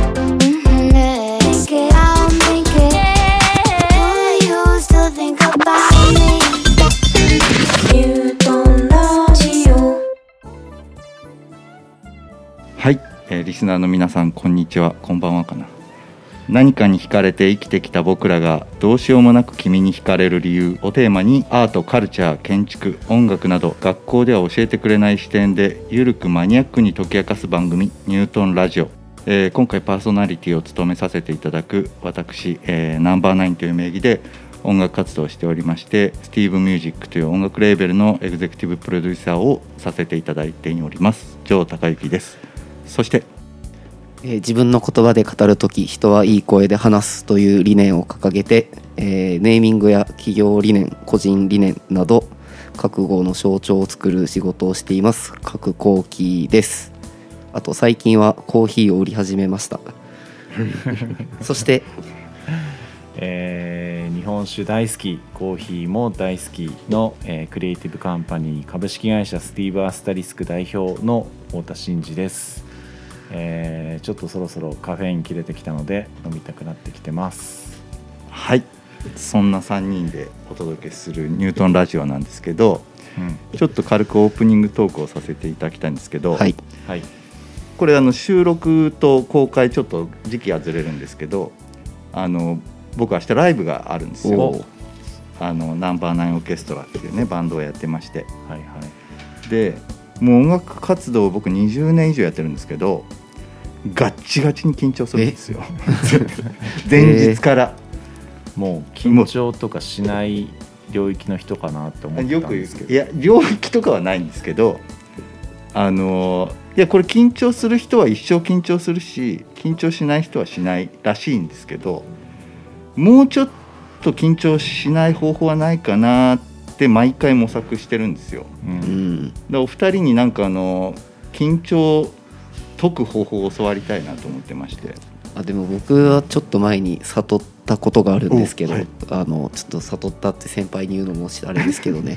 Think it out, think it. Do you still think about me? ニュートンラジオ。 はい、リスナーの皆さんこんにちは、こんばんはかな。何かに惹かれて生きてきた僕らがどうしようもなく君に惹かれる理由をテーマに、アート、カルチャー、建築、音楽など学校では教えてくれない視点でゆるくマニアックに解き明かす番組、ニュートンラジオ。今回パーソナリティを務めさせていただく私、ナンバーナインという名義で音楽活動をしておりまして、スティーブミュージックという音楽レーベルのエグゼクティブプロデューサーをさせていただいております城孝之です。そして自分の言葉で語るとき、人はいい声で話すという理念を掲げて、ネーミングや企業理念、個人理念など覚悟の象徴を作る仕事をしています覚幸喜です。あと最近はコーヒーを売り始めましたそして日本酒大好き、コーヒーも大好きの、クリエイティブカンパニー株式会社スティーブ・アスタリスク代表の太田真嗣です。ちょっとそろそろカフェイン切れてきたので飲みたくなってきてます。 はい、そんな3人でお届けするニュートンラジオなんですけど、ちょっと軽くオープニングトークをさせていただきたいんですけど、 はい、 これ収録と公開ちょっと時期はずれるんですけど、僕は明日ライブがあるんですよ。ナンバーナインオーケストラっていうねバンドをやってまして、でもう音楽活動を僕20年以上やってるんですけど、ガッチガチに緊張するんですよ前日から、 もう緊張とかしない領域の人かなって思ってたんですけど、 いや領域とかはないんですけど、いやこれ緊張する人は一生緊張するし、緊張しない人はしないらしいんですけど、もうちょっと緊張しない方法はないかなって毎回模索してるんですよ。でお二人になんか緊張を解く方法を教わりたいなと思ってまして。 でも僕はちょっと前に悟ったことがあるんですけど、ちょっと悟ったって先輩に言うのもあれですけどね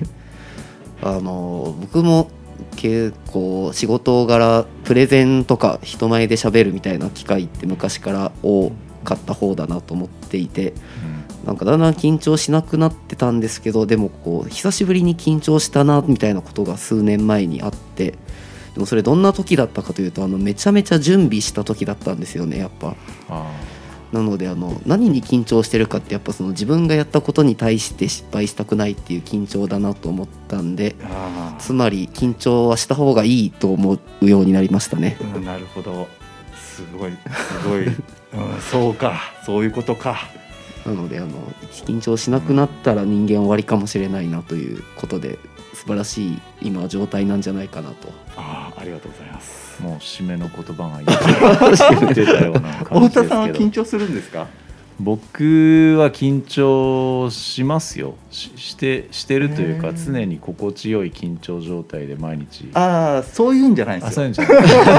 僕も結構仕事柄プレゼンとか人前で喋るみたいな機会って昔から多かった方だなと思っていて、なんかだんだん緊張しなくなってたんですけど、でもこう久しぶりに緊張したなみたいなことが数年前にあって、でもそれどんな時だったかというとめちゃめちゃ準備した時だったんですよね、やっぱ。なので何に緊張してるかってやっぱその自分がやったことに対して失敗したくないっていう緊張だなと思ったんで、つまり緊張はした方がいいと思うようになりましたね。 なるほど、すごいそうか、そういうことか。 なので緊張しなくなったら人間終わりかもしれないなということで、素晴らしい今状態なんじゃないかなと。 ありがとうございます。 もう締めの言葉が言ってたような感じですけど。 太田さんは緊張するんですか？ 僕は緊張しますよ。してるというか、常に心地よい緊張状態で毎日。 そういうんじゃないですよ。 そういうんじゃ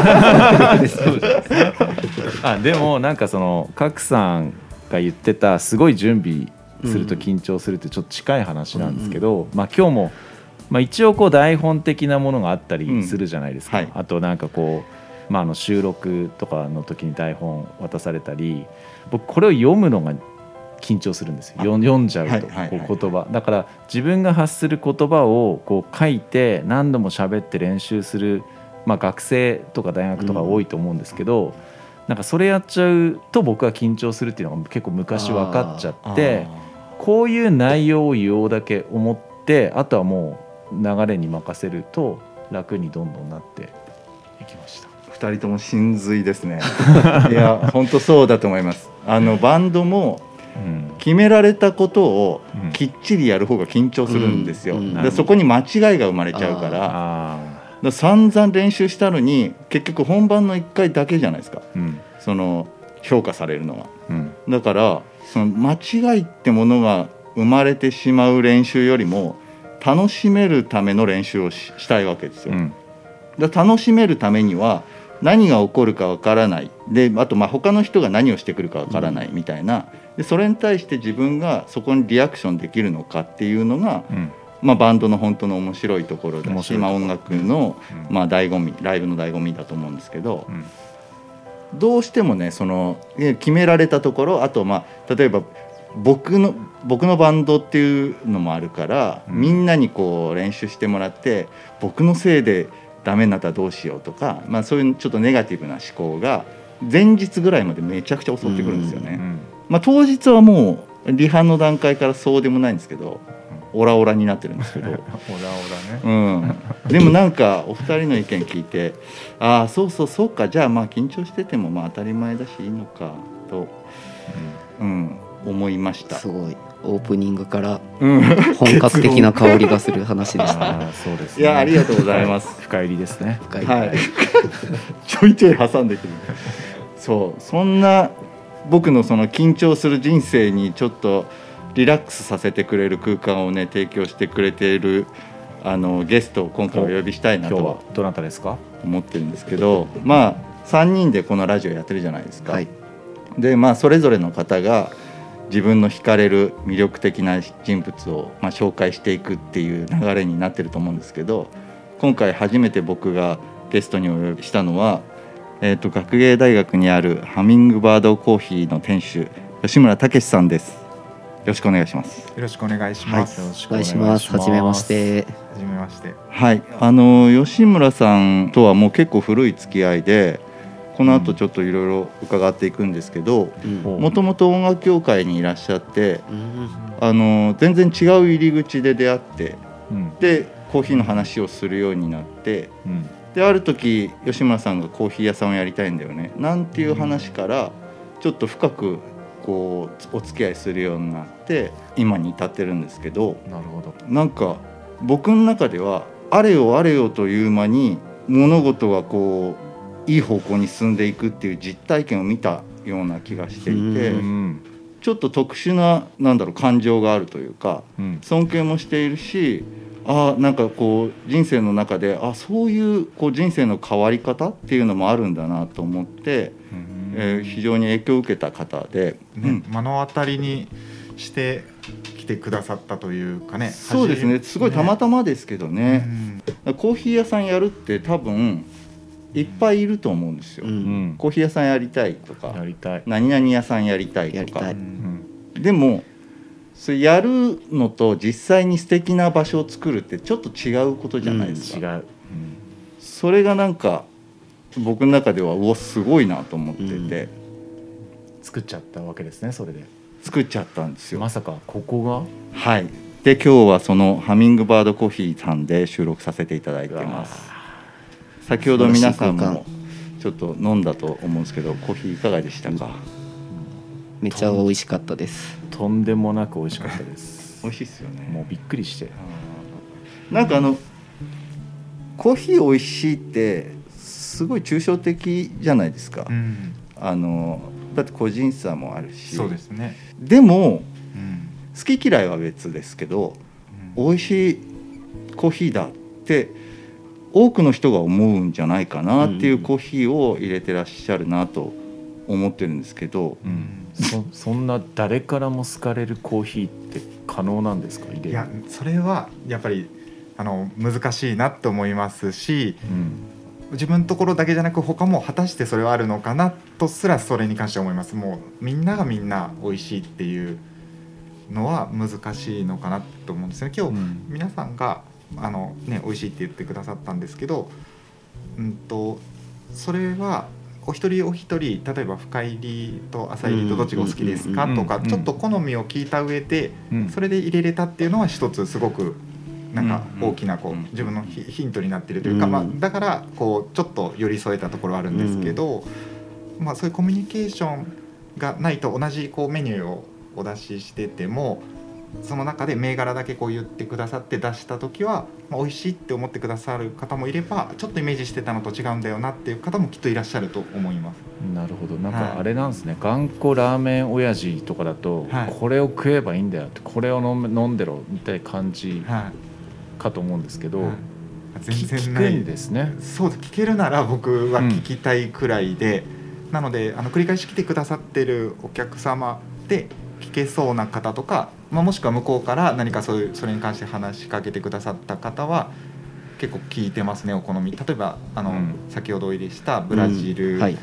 ないでもなんかその角さんが言ってたすごい準備すると緊張するってちょっと近い話なんですけど、今日も一応こう台本的なものがあったりするじゃないですか。あとなんかこう、収録とかの時に台本渡されたり、僕これを読むのが緊張するんですよ。読んじゃうとこう言葉だから、自分が発する言葉をこう書いて何度も喋って練習する、学生とか大学とか多いと思うんですけど、なんかそれやっちゃうと僕は緊張するっていうのが結構昔分かっちゃって、こういう内容を言おうだけ思って、あとはもう流れに任せると楽にどんどんなっていきました。 2人とも真髄ですねいや本当そうだと思います。バンドも決められたことをきっちりやる方が緊張するんですよ。でそこに間違いが生まれちゃうから、散々練習したのに結局本番の1回だけじゃないですか、その評価されるのが、だからその間違いってものが生まれてしまう練習よりも楽しめるための練習をしたいわけですよ。だ楽しめるためには何が起こるかわからないで、あと他の人が何をしてくるかわからないみたいな、でそれに対して自分がそこにリアクションできるのかっていうのが、バンドの本当の面白いところだし、音楽の、醍醐味、ライブの醍醐味だと思うんですけど、 どうしてもねその決められたところ、あと例えば僕のバンドっていうのもあるから、みんなにこう練習してもらって僕のせいでダメになったらどうしようとか、そういうちょっとネガティブな思考が前日ぐらいまでめちゃくちゃ襲ってくるんですよね。当日はもうリハの段階からそうでもないんですけど、オラオラになってるんですけどオラオラね、 でもなんかお二人の意見聞いて、そうか、じゃあ緊張してても当たり前だしいいのかと、思いました。 すごいオープニングから本格的な香りがする話でしたね。 そうですね。いやありがとうございます。 深入りですね。 はい。ちょいちょい挟んでくる。そんな僕のその緊張する人生にちょっとリラックスさせてくれる空間をね提供してくれているゲストを今回お呼びしたいなとはどなたですか思ってるんですけど、3人でこのラジオやってるじゃないですか。でそれぞれの方が自分の惹かれる魅力的な人物を紹介していくっていう流れになってると思うんですけど、今回初めて僕がゲストにお呼びしたのは、学芸大学にあるハミングバードコーヒーの店主吉村武さんです。よろしくお願いします。 よろしくお願いします。 よろしくお願いします。はじめまして。 はじめまして。 はい、吉村さんとはもう結構古い付き合いで、この後ちょっといろいろ伺っていくんですけど、もともと音楽協会にいらっしゃって、全然違う入り口で出会って、でコーヒーの話をするようになって、である時吉村さんがコーヒー屋さんをやりたいんだよねなんていう話からちょっと深くこうお付き合いするようになって今に至ってるんですけど、 なるほど。 なんか僕の中ではあれよあれよという間に物事がこういい方向に進んでいくっていう実体験を見たような気がしていて、ちょっと特殊な感情があるというか、尊敬もしているし、なんかこう人生の中でそういう人生の変わり方っていうのもあるんだなと思って、非常に影響を受けた方で、 目の当たりにして来てくださったというかね。 そうですね、すごいたまたまですけどね、コーヒー屋さんやるって多分いっぱいいると思うんですよ、コーヒー屋さんやりたいとか何々屋さんやりたいとか、でもそれやるのと実際に素敵な場所を作るってちょっと違うことじゃないですか、 違う、 それがなんか僕の中ではすごいなと思ってて、 作っちゃったわけですね。それで作っちゃったんですよ。 まさかここがはいで今日はそのハミングバードコーヒーさんで収録させていただいてます。先ほど皆さんもちょっと飲んだと思うんですけど、コーヒーいかがでしたか？ めっちゃ美味しかったです。 とんでもなく美味しかったです美味しいですよね。 もうびっくりして、 なんかコーヒー美味しいってすごい抽象的じゃないですか、だって個人差もあるし。 そうですね。 でも、好き嫌いは別ですけど、美味しいコーヒーだって多くの人が思うんじゃないかなっていうコーヒーを入れてらっしゃるなと思ってるんですけど、 そんな誰からも好かれるコーヒーって可能なんですか？ いや、それはやっぱり難しいなと思いますし、自分のところだけじゃなく他も果たしてそれはあるのかなとすらそれに関して思います。もうみんながみんな美味しいっていうのは難しいのかなと思うんですね。今日、皆さんが美味しいって言ってくださったんですけど、それはお一人お一人、例えば深入りと浅入りとどっちがお好きですかとか、ちょっと好みを聞いた上でそれで入れれたっていうのは一つすごくなんか大きな自分のヒントになっているというか、だからちょっと寄り添えたところはあるんですけど、そういうコミュニケーションがないと同じメニューをお出ししてても、その中で銘柄だけ言ってくださって出した時は、美味しいって思ってくださる方もいれば、ちょっとイメージしてたのと違うんだよなっていう方もきっといらっしゃると思います。 なるほど。なんかあれなんですね、頑固ラーメン親父とかだと、これを食えばいいんだよって、これを飲んでろみたいな感じかと思うんですけど、 全然ない。 聞くんですね。 そうです。聞けるなら僕は聞きたいくらいで、なので繰り返し来てくださってるお客様で聞けそうな方とか、もしくは向こうから何かそれに関して話しかけてくださった方は結構聞いてますね。お好み、例えば先ほどお入れしたブラジル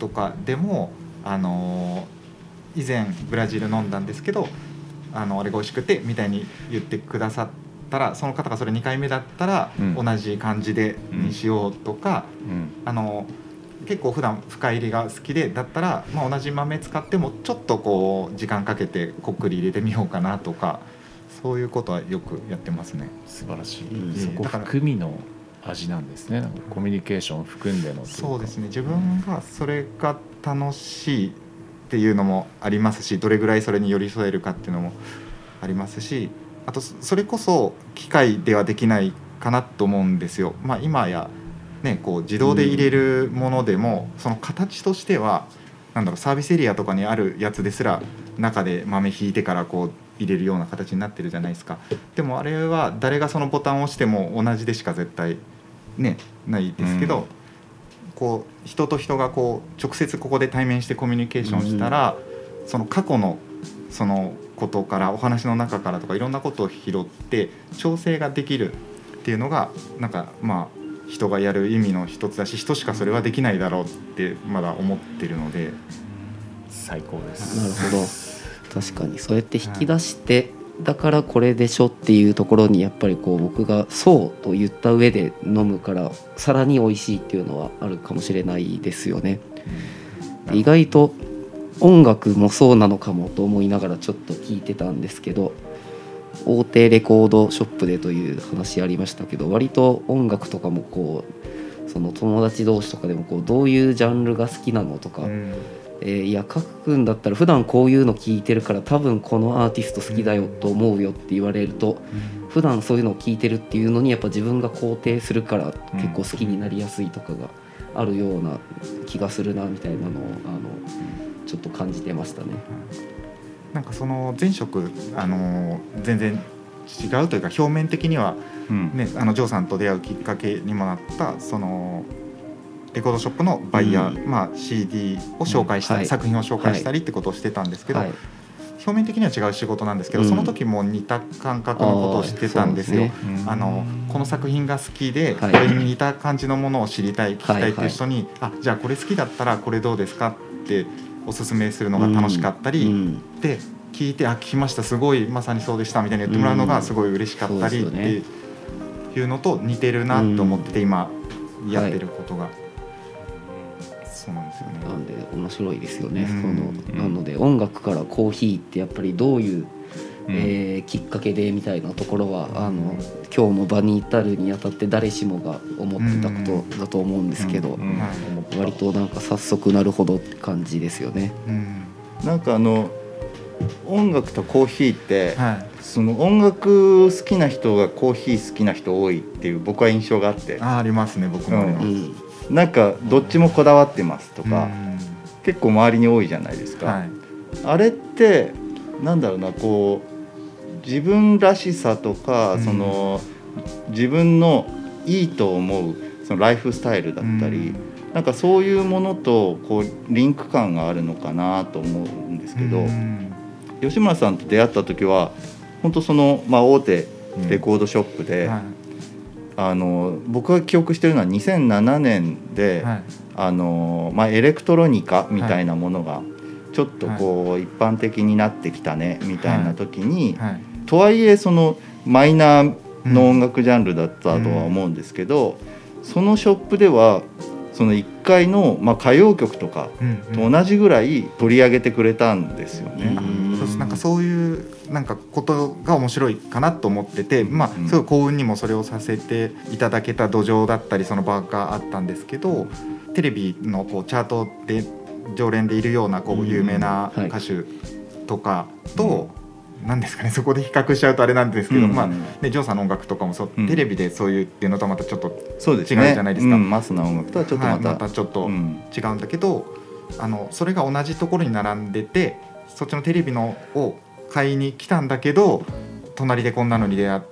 とかでも、以前ブラジル飲んだんですけどあれが美味しくてみたいに言ってくださったら、その方がそれ2回目だったら同じ感じでにしようとか、結構普段深入りが好きでだったら、同じ豆使ってもちょっとこう時間かけてこっくり入れてみようかなとか、そういうことはよくやってますね。 素晴らしい、そこ含みの味なんですね。なんかコミュニケーションを含んでの。 そうですね、自分がそれが楽しいっていうのもありますし、どれぐらいそれに寄り添えるかっていうのもありますし、あとそれこそ機械ではできないかなと思うんですよ。今や、ね、こう自動で入れるものでも、その形としてはなんだろう、サービスエリアとかにあるやつですら中で豆引いてからこう入れるような形になってるじゃないですか。でもあれは誰がそのボタンを押しても同じでしか絶対ねないですけど、こう人と人がこう直接ここで対面してコミュニケーションしたら、その過去のそのことからお話の中からとかいろんなことを拾って調整ができるっていうのがなんか人がやる意味の一つだし、人しかそれはできないだろうってまだ思ってるので。 最高です。 なるほど、確かにそうやって引き出して、だからこれでしょっていうところにやっぱりこう僕がそうと言った上で飲むからさらに美味しいっていうのはあるかもしれないですよね。意外と音楽もそうなのかもと思いながらちょっと聞いてたんですけど、大手レコードショップでという話ありましたけど、割と音楽とかもこうその友達同士とかでもこうどういうジャンルが好きなのとか、いや賀来君だったら普段こういうの聞いてるから多分このアーティスト好きだよと思うよって言われると、普段そういうのを聞いてるっていうのにやっぱ自分が肯定するから結構好きになりやすいとかがあるような気がするなみたいなのをちょっと感じてましたね。 なんかその前職全然違うというか、表面的には、ね、ジョーさんと出会うきっかけにもなったそのレコードショップのバイヤー、CD を紹介したり、作品を紹介したりってことをしてたんですけど、表面的には違う仕事なんですけど、その時も似た感覚のことをしてたんですよ。この作品が好きで、これに似た感じのものを知りたい聞きたいっていう人に、じゃあこれ好きだったらこれどうですかっておすすめするのが楽しかったり、で聞いて聞きました、すごいまさにそうでしたみたいに言ってもらうのがすごい嬉しかったりっていうのと似てるなと思ってて、今やってることが。そうなんですよね。 なんで面白いですよね。なので音楽からコーヒーってやっぱりどういう、きっかけでみたいなところは今日の場に至るにあたって誰しもが思ってたことだと思うんですけど、割となんか早速なるほどって感じですよね。 なんか音楽とコーヒーって、その音楽好きな人がコーヒー好きな人多いっていう僕は印象があって。 ありますね、僕もあります。 なんかどっちもこだわってますとか、結構周りに多いじゃないですか。あれってなんだろうな、こう自分らしさとか、その自分のいいと思うそのライフスタイルだったり、なんかそういうものとこうリンク感があるのかなと思うんですけど、吉村さんと出会った時は本当その、大手レコードショップで、僕が記憶してるのは2007年で、エレクトロニカみたいなものがちょっとこう一般的になってきたねみたいな時に、とはいえそのマイナーの音楽ジャンルだったとは思うんですけど、そのショップではその1階の歌謡曲とかと同じぐらい取り上げてくれたんですよね。 なんかそういうなんかことが面白いかなと思ってて、すごい幸運にもそれをさせていただけた土壌だったりその場があったんですけど、テレビのこうチャートで常連でいるようなこう有名な歌手とかと、なんですかね、そこで比較しちゃうとあれなんですけど、ジョーさんの音楽とかもテレビでそういうっていうのとはまたちょっと違うじゃないですか。 マスな音楽とはちょっとまたちょっと違うんだけど、それが同じところに並んでて、そっちのテレビのを買いに来たんだけど隣でこんなのに出会って、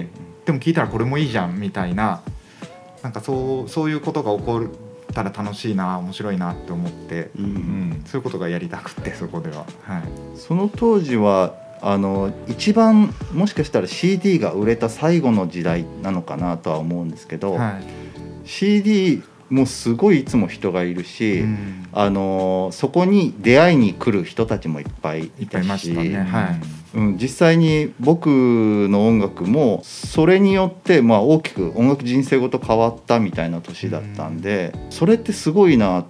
でも聞いたらこれもいいじゃんみたいな、なんかそういうことが起こったら楽しいな、面白いなって思って、そういうことがやりたくて、そこでは、 その当時は一番もしかしたら CD が売れた最後の時代なのかなとは思うんですけど、CD もうすごいいつも人がいるし、そこに出会いに来る人たちもいっぱいいたし、 いましたね、はい、 実際に僕の音楽もそれによって、大きく音楽人生ごと変わったみたいな年だったんで、それってすごいなって、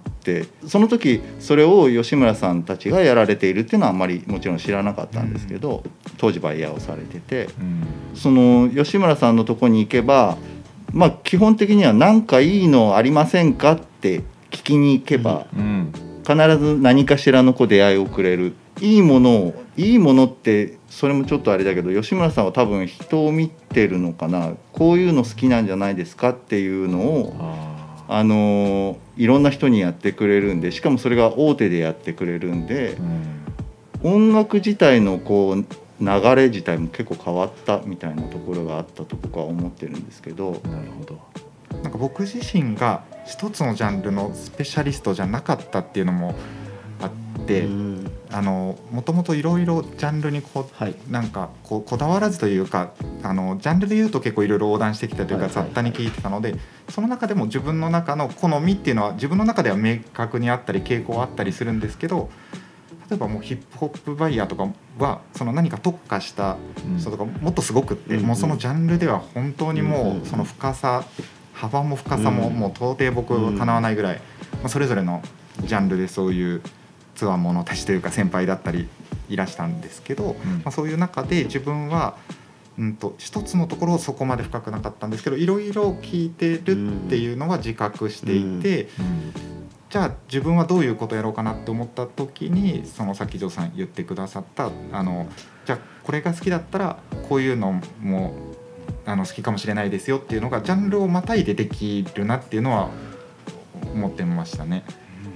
その時それを吉村さんたちがやられているっていうのはあんまりもちろん知らなかったんですけど、当時バイヤーをされてて、その吉村さんのとこに行けば、基本的には何かいいのありませんかって聞きに行けば、必ず何かしらの出会いをくれる。いいものってそれもちょっとあれだけど、吉村さんは多分人を見てるのかな、こういうの好きなんじゃないですかっていうのをいろんな人にやってくれるんで、しかもそれが大手でやってくれるんで、音楽自体の流れ自体も結構変わったみたいなところがあったと僕は思ってるんですけど。 なるほど。 なんか僕自身が一つのジャンルのスペシャリストじゃなかったっていうのもあって、もともといろいろジャンルになんかこだわらずというか、ジャンルでいうと結構いろいろ横断してきたというか、雑多に聞いてたので、その中でも自分の中の好みっていうのは自分の中では明確にあったり傾向あったりするんですけど、例えばもうヒップホップバイヤーとかはその何か特化した人とかもっとすごくって、もうそのジャンルでは本当にもうその深さ、幅も深さももう到底僕はかなわないぐらい、それぞれのジャンルでそういうつわものたちというか先輩だったりいらしたんですけど、そういう中で自分は一つのところをそこまで深くなかったんですけど、いろいろ聞いてるっていうのは自覚していて、じゃあ自分はどういうことをやろうかなって思った時に、そのさっきジョーさん言ってくださったじゃあこれが好きだったらこういうのも好きかもしれないですよっていうのがジャンルをまたいでできるなっていうのは思ってましたね。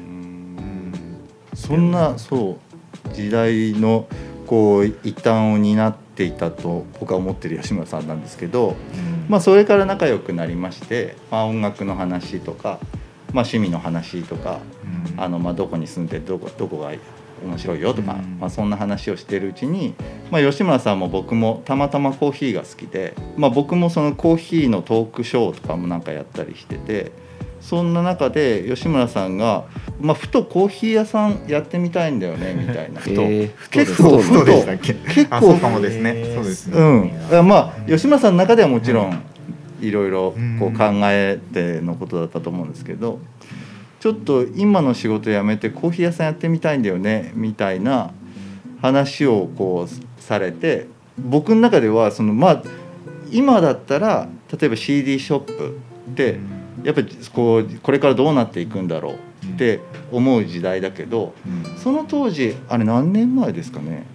そんな時代の一端を担っていたと僕は思ってる吉村さんなんですけど、それから仲良くなりまして、音楽の話とか、趣味の話とか、どこに住んでどこが面白いよとか、そんな話をしているうちに、吉村さんも僕もたまたまコーヒーが好きで、僕もそのコーヒーのトークショーとかもなんかやったりしてて、そんな中で吉村さんが、ふとコーヒー屋さんやってみたいんだよねみたいな、結構ふとでしたっけ？そうかもですね。そうですね。 吉村さんの中ではもちろんいろいろ考えてのことだったと思うんですけど、ちょっと今の仕事辞めてコーヒー屋さんやってみたいんだよねみたいな話をされて、僕の中では今だったら例えば CD ショップってやっぱりこれからどうなっていくんだろうって思う時代だけど、その当時あれ何年前ですかね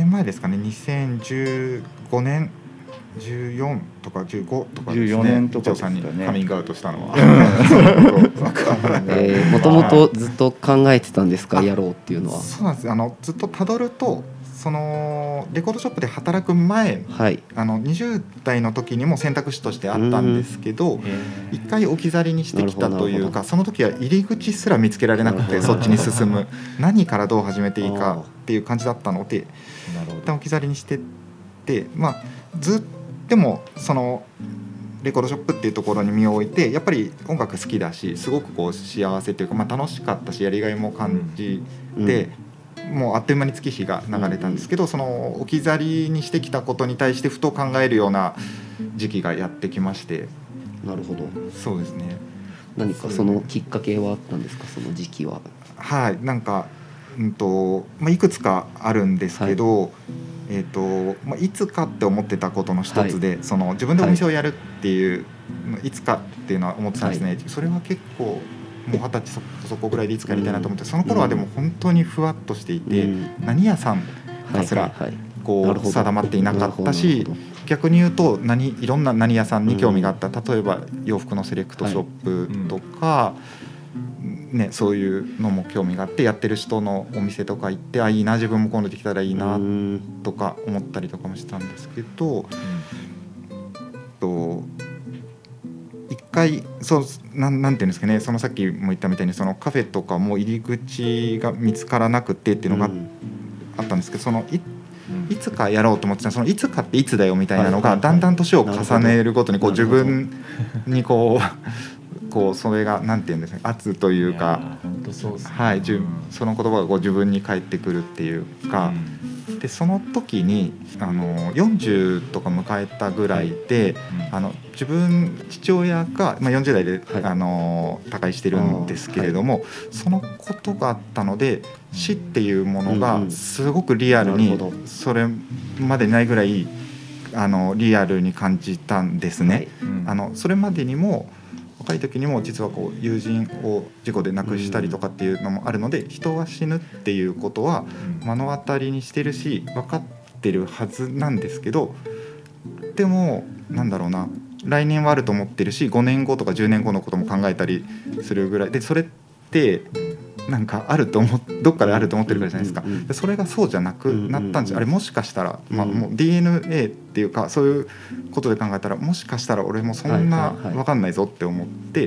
2015年14とか15とかですね。 14年とかですかね。カミングアウトしたのはもともとずっと考えてたんですか、やろうっていうのは。 そうなんです。ずっとたどると、そのレコードショップで働く前、20代の時にも選択肢としてあったんですけど、一回置き去りにしてきたというか、その時は入り口すら見つけられなくて、そっちに進む何からどう始めていいかっていう感じだったので、一旦置き去りにしてって、ずっともそのレコードショップっていうところに身を置いて、やっぱり音楽好きだし、すごく幸せというか、楽しかったしやりがいも感じて、もうあっという間に月日が流れたんですけど、その置き去りにしてきたことに対してふと考えるような時期がやってきまして。 なるほど。 そうですね。 何かそのきっかけはあったんですか、その時期は。 なんかいくつかあるんですけど、いつかって思ってたことの一つで、その自分でお店をやるっていう、いつかっていうのは思ってたんですね。それは結構もう20歳そこぐらいでいつかやりたいなと思って、その頃はでも本当にふわっとしていて、何屋さんかすら定まっていなかったし、逆に言うといろんな何屋さんに興味があった。例えば洋服のセレクトショップとか、そういうのも興味があって、やってる人のお店とか行って、いいな、自分も今度できたらいいなとか思ったりとかもしたんですけど、一回なんていうんですかね、そのさっきも言ったみたいに、そのカフェとかも入り口が見つからなくてっていうのがあったんですけど、そのいつかやろうと思ってた、そのいつかっていつだよみたいなのが、だんだん年を重ねるごとに自分に構それがなんていうんですか、圧というか、 本当そうですね、 はい、その言葉がこう自分に返ってくるっていうか、でその時に40とか迎えたぐらいで、父親が、40代で、他界してるんですけれども、そのことがあったので死っていうものがすごくリアルに、それまでにないぐらいリアルに感じたんですね。それまでにも若い時にも実はこう友人を事故で亡くしたりとかっていうのもあるので、人は死ぬっていうことは目の当たりにしてるし分かってるはずなんですけど、でもなんだろうな、来年はあると思ってるし、5年後とか10年後のことも考えたりするぐらいで、それってなんかどっかであると思ってるからじゃないですか。でそれがそうじゃなくなったんですよ。あれもしかしたら、もう DNA っていうかそういうことで考えたら、もしかしたら俺もそんな分かんないぞって思って、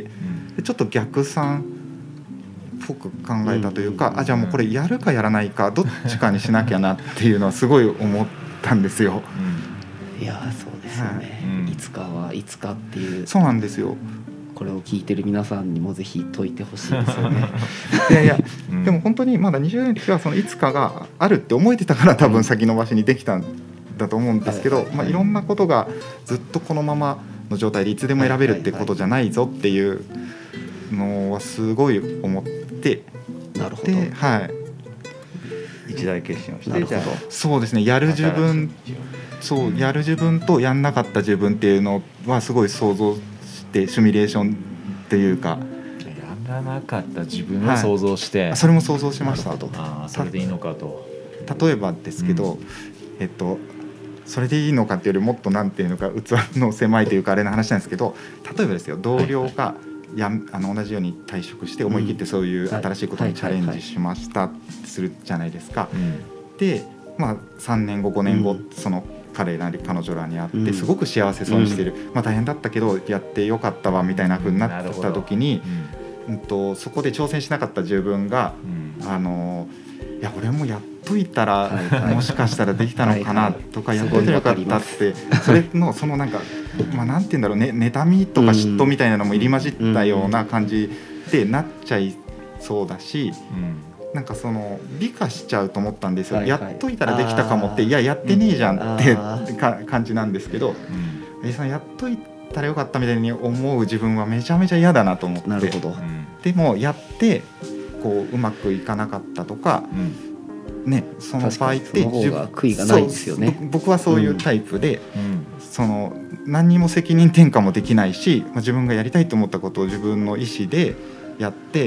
でちょっと逆算っぽく考えたというか、じゃあもうこれやるかやらないかどっちかにしなきゃなっていうのはすごい思ったんですよ。 いやそうですよね、いつかはいつかっていう。 そうなんですよ。 これを聞いてる皆さんにもぜひ解いてほしいですよね。 いやでも本当にまだ20年の時はそのいつかがあるって思えてたから多分先延ばしにできたんだと思うんですけど、いろんなことがずっとこのままの状態でいつでも選べるってことじゃないぞっていうのはすごい思って、 なるほど、 で、 一大決心をして、じゃあそうですね、やる自分とやんなかった自分っていうのはすごい想像してシミュレーションっていうか、 やらなかった自分を想像して、 それも想像しましたと。 それでいいのかと。 例えばですけど、それでいいのかっていうよりもっとなんていうのか器の狭いというかあれの話なんですけど、例えばですよ、同僚が同じように退職して思い切ってそういう新しいことにチャレンジしましたってするじゃないですか。で、3年後5年後、その彼なり彼女らに会ってすごく幸せそうにしてる、大変だったけどやってよかったわみたいな風になった時に、そこで挑戦しなかった自分が、いや俺もやっといたらもしかしたらできたのかなとか、やっといたらよかったって、それのそのなんか、なんて言うんだろうね、妬みとか嫉妬みたいなのも入り混じったような感じでなっちゃいそうだし、なんかその美化しちゃうと思ったんですよ。やっといたらできたかもって、いややってねえじゃんって感じなんですけど、やっといたらよかったみたいに思う自分はめちゃめちゃ嫌だなと思って。 なるほど。 でもやってこううまくいかなかったとか、その場合って悔いがないですよね。 僕はそういうタイプで、その何にも責任転嫁もできないし、自分がやりたいと思ったことを自分の意思でやって、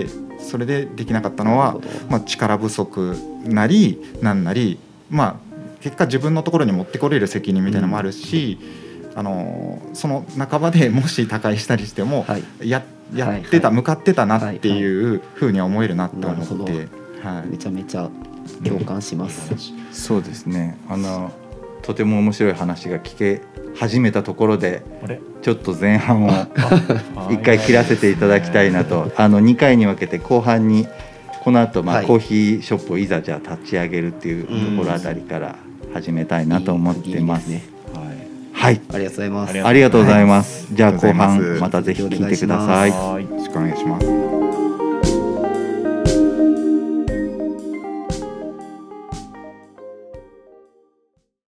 それでできなかったのは、力不足なりなんなり、結果自分のところに持ってこれる責任みたいなのもあるし、その半ばでもし他界したりしても、やってた、向かってたなっていうふうには思えるなと思って、 めちゃめちゃ共感します。 そうですね、とても面白い話が聞け始めたところで、ちょっと前半を一回切らせていただきたいなと。2回に分けて後半にこの後コーヒーショップをいざじゃあ立ち上げるっていうところあたりから始めたいなと思ってます。はい、 ありがとうございます。 ありがとうございます。じゃあ後半またぜひ聞いてください。 よろしくお願いします。